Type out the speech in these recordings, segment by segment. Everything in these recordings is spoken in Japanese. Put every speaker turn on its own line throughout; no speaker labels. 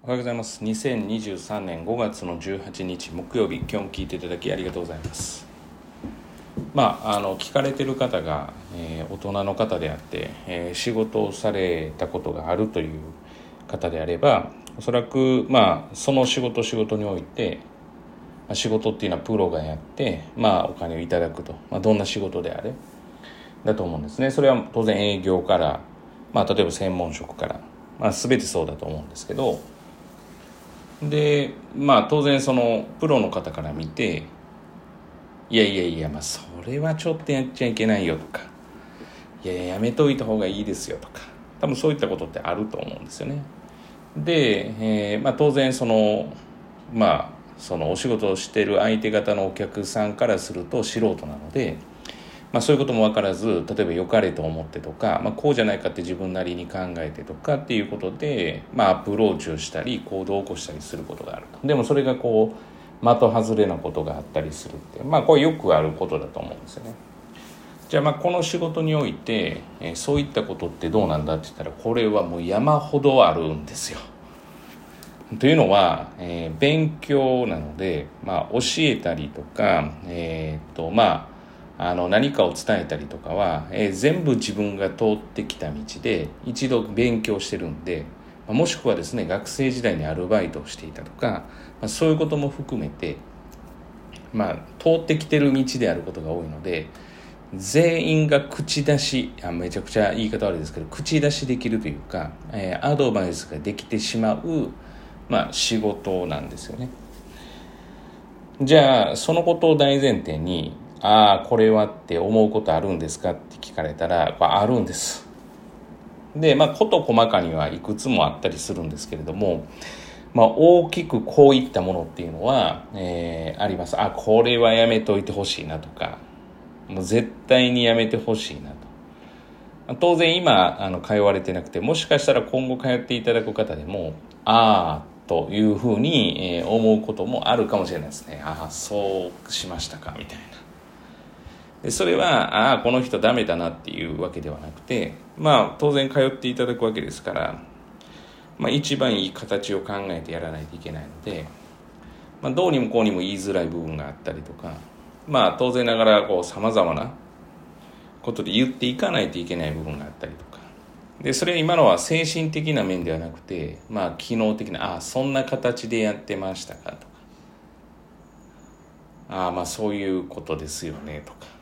おはようございます。2023年5月の18日木曜日、今日も聞いていただきありがとうございます。聞かれている方が、大人の方であって、仕事をされたことがあるという方であれば、おそらく、その仕事において、仕事っていうのはプロがやって、お金をいただくと、どんな仕事であれだと思うんですね。それは当然営業から、例えば専門職から、全てそうだと思うんですけど、で当然そのプロの方から見て、いや、それはちょっとやっちゃいけないよとか、やめといた方がいいですよとか、多分そういったことってあると思うんですよね。で、当然そのお仕事をしている相手方のお客さんからすると素人なので、そういうことも分からず、例えば良かれと思ってとか、こうじゃないかって自分なりに考えてとかっていうことで、アプローチをしたり行動を起こしたりすることがあると。でもそれが的外れなことがあったりするって、これよくあることだと思うんですよね。じゃあこの仕事において、そういったことってどうなんだって言ったら、これはもう山ほどあるんですよ。というのは、勉強なので、教えたりとか、何かを伝えたりとかは、全部自分が通ってきた道で一度勉強してるんで、もしくはですね、学生時代にアルバイトをしていたとか、そういうことも含めて、通ってきてる道であることが多いので、全員が口出し、めちゃくちゃ言い方悪いですけど、口出しできるというか、アドバイスができてしまう、仕事なんですよね。じゃあそのことを大前提に、これはって思うことあるんですかって聞かれたら、あるんです。で、事細かにはいくつもあったりするんですけれども、大きくこういったものっていうのは、あります。これはやめといてほしいなとか、もう絶対にやめてほしいなと。当然今通われてなくて、もしかしたら今後通っていただく方でもというふうに思うこともあるかもしれないですね。そうしましたかみたいな。でそれはこの人ダメだなっていうわけではなくて、当然通っていただくわけですから、一番いい形を考えてやらないといけないので、どうにもこうにも言いづらい部分があったりとか、当然ながらさまざまなことで言っていかないといけない部分があったりとかで、それ今のは精神的な面ではなくて、機能的な、そんな形でやってましたかとか、そういうことですよねとか、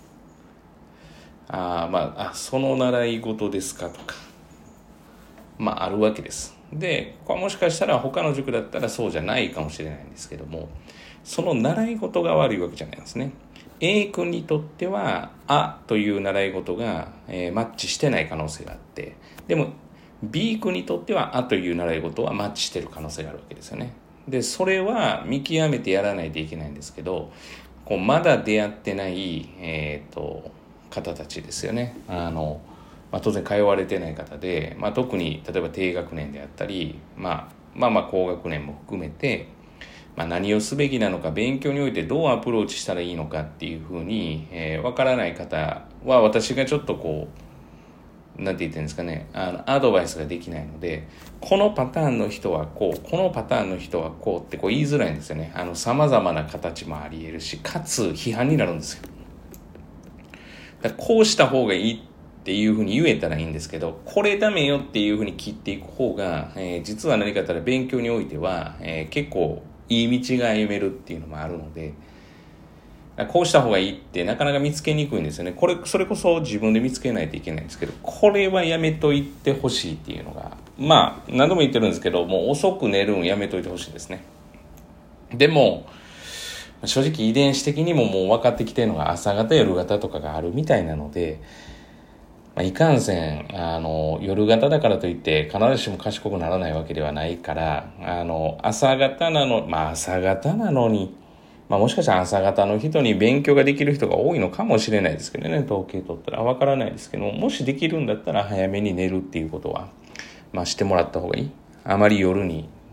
その習い事ですかとか、あるわけです。で、これもしかしたら他の塾だったらそうじゃないかもしれないんですけども、その習い事が悪いわけじゃないんですね。A 君にとってはという習い事が、マッチしてない可能性があって、でも B 君にとってはという習い事はマッチしてる可能性があるわけですよね。でそれは見極めてやらないといけないんですけど、まだ出会ってない、方たちですよね。当然通われてない方で、特に例えば低学年であったり、高学年も含めて、何をすべきなのか、勉強においてどうアプローチしたらいいのかっていうふうにわからない方は、私がちょっとなんて言ってるんですかね、アドバイスができないので、このパターンの人はこう、このパターンの人はこうって言いづらいんですよね。様々な形もあり得るし、かつ批判になるんですよ。だからこうした方がいいっていうふうに言えたらいいんですけど、これダメよっていうふうに切っていく方が、実は何かというと勉強においては、結構いい道が歩めるっていうのもあるので、こうした方がいいってなかなか見つけにくいんですよね。それこそ自分で見つけないといけないんですけど、これはやめといてほしいっていうのが、何度も言ってるんですけど、もう遅く寝るんやめといてほしいですね。でも正直遺伝子的にももう分かってきてるのが朝型夜型とかがあるみたいなので、いかんせん夜型だからといって必ずしも賢くならないわけではないから、朝型なの朝型なのに、もしかしたら朝型の人に勉強ができる人が多いのかもしれないですけどね、統計取ったら分からないですけど、もしできるんだったら早めに寝るっていうことはしてもらった方がいい。あまり夜に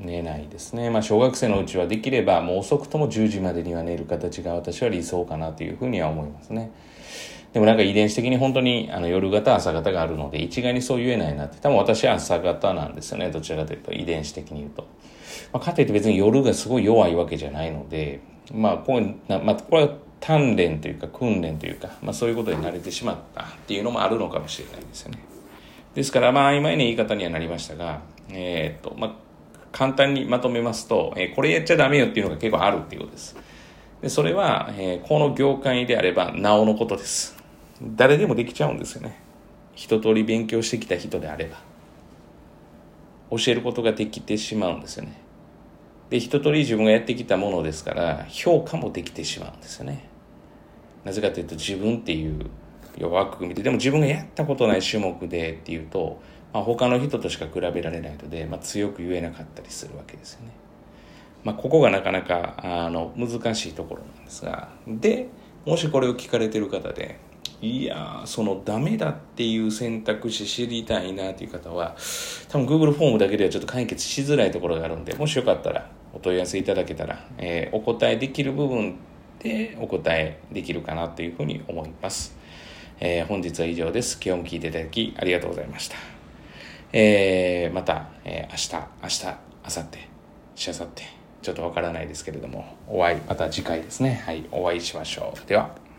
寝ないですね。小学生のうちはできればもう遅くとも10時までには寝る形が私は理想かなというふうには思いますね。でも遺伝子的に本当に夜型朝型があるので一概にそう言えないなって。多分私は朝型なんですよね、どちらかというと遺伝子的に言うと。かといって別に夜がすごい弱いわけじゃないので、これは鍛錬というか訓練というか、そういうことに慣れてしまったっていうのもあるのかもしれないですよね。ですから曖昧な言い方にはなりましたが、簡単にまとめますと、これやっちゃダメよっていうのが結構あるっていうことです。でそれは、この業界であればなおのことです。誰でもできちゃうんですよね。一通り勉強してきた人であれば教えることができてしまうんですよね。で一通り自分がやってきたものですから評価もできてしまうんですよね。なぜかというと自分っていう枠組みで、でも自分がやったことない種目でっていうと、他の人としか比べられないので、強く言えなかったりするわけですよね。ここがなかなか難しいところなんですが、でもしこれを聞かれている方で、いやそのダメだっていう選択肢知りたいなという方は、多分 Google フォームだけではちょっと解決しづらいところがあるんで、もしよかったらお問い合わせいただけたら、お答えできる部分でお答えできるかなというふうに思います。本日は以上です。今日も聞いていただきありがとうございました。また、明日、明後日、しあさってちょっとわからないですけれども、また次回ですね。はい、お会いしましょう。では。